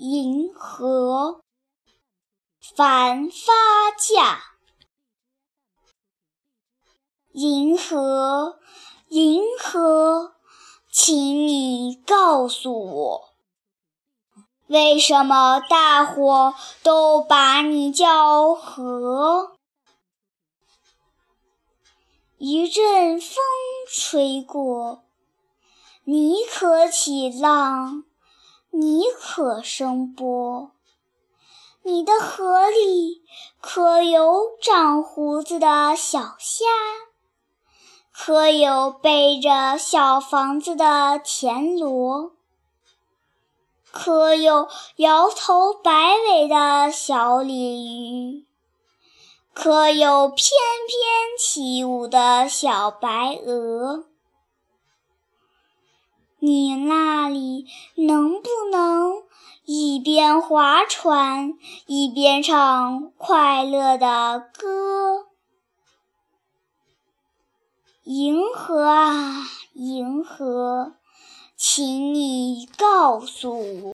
银河，繁发架。银河，银河，请你告诉我，为什么大伙都把你叫河？一阵风吹过，你可起浪，你可声波。你的河里可有长胡子的小虾？可有背着小房子的田螺？可有摇头摆尾的小鲤鱼？可有翩翩起舞的小白鹅？你那里能不能一边划船一边唱快乐的歌？银河啊，银河，请你告诉我。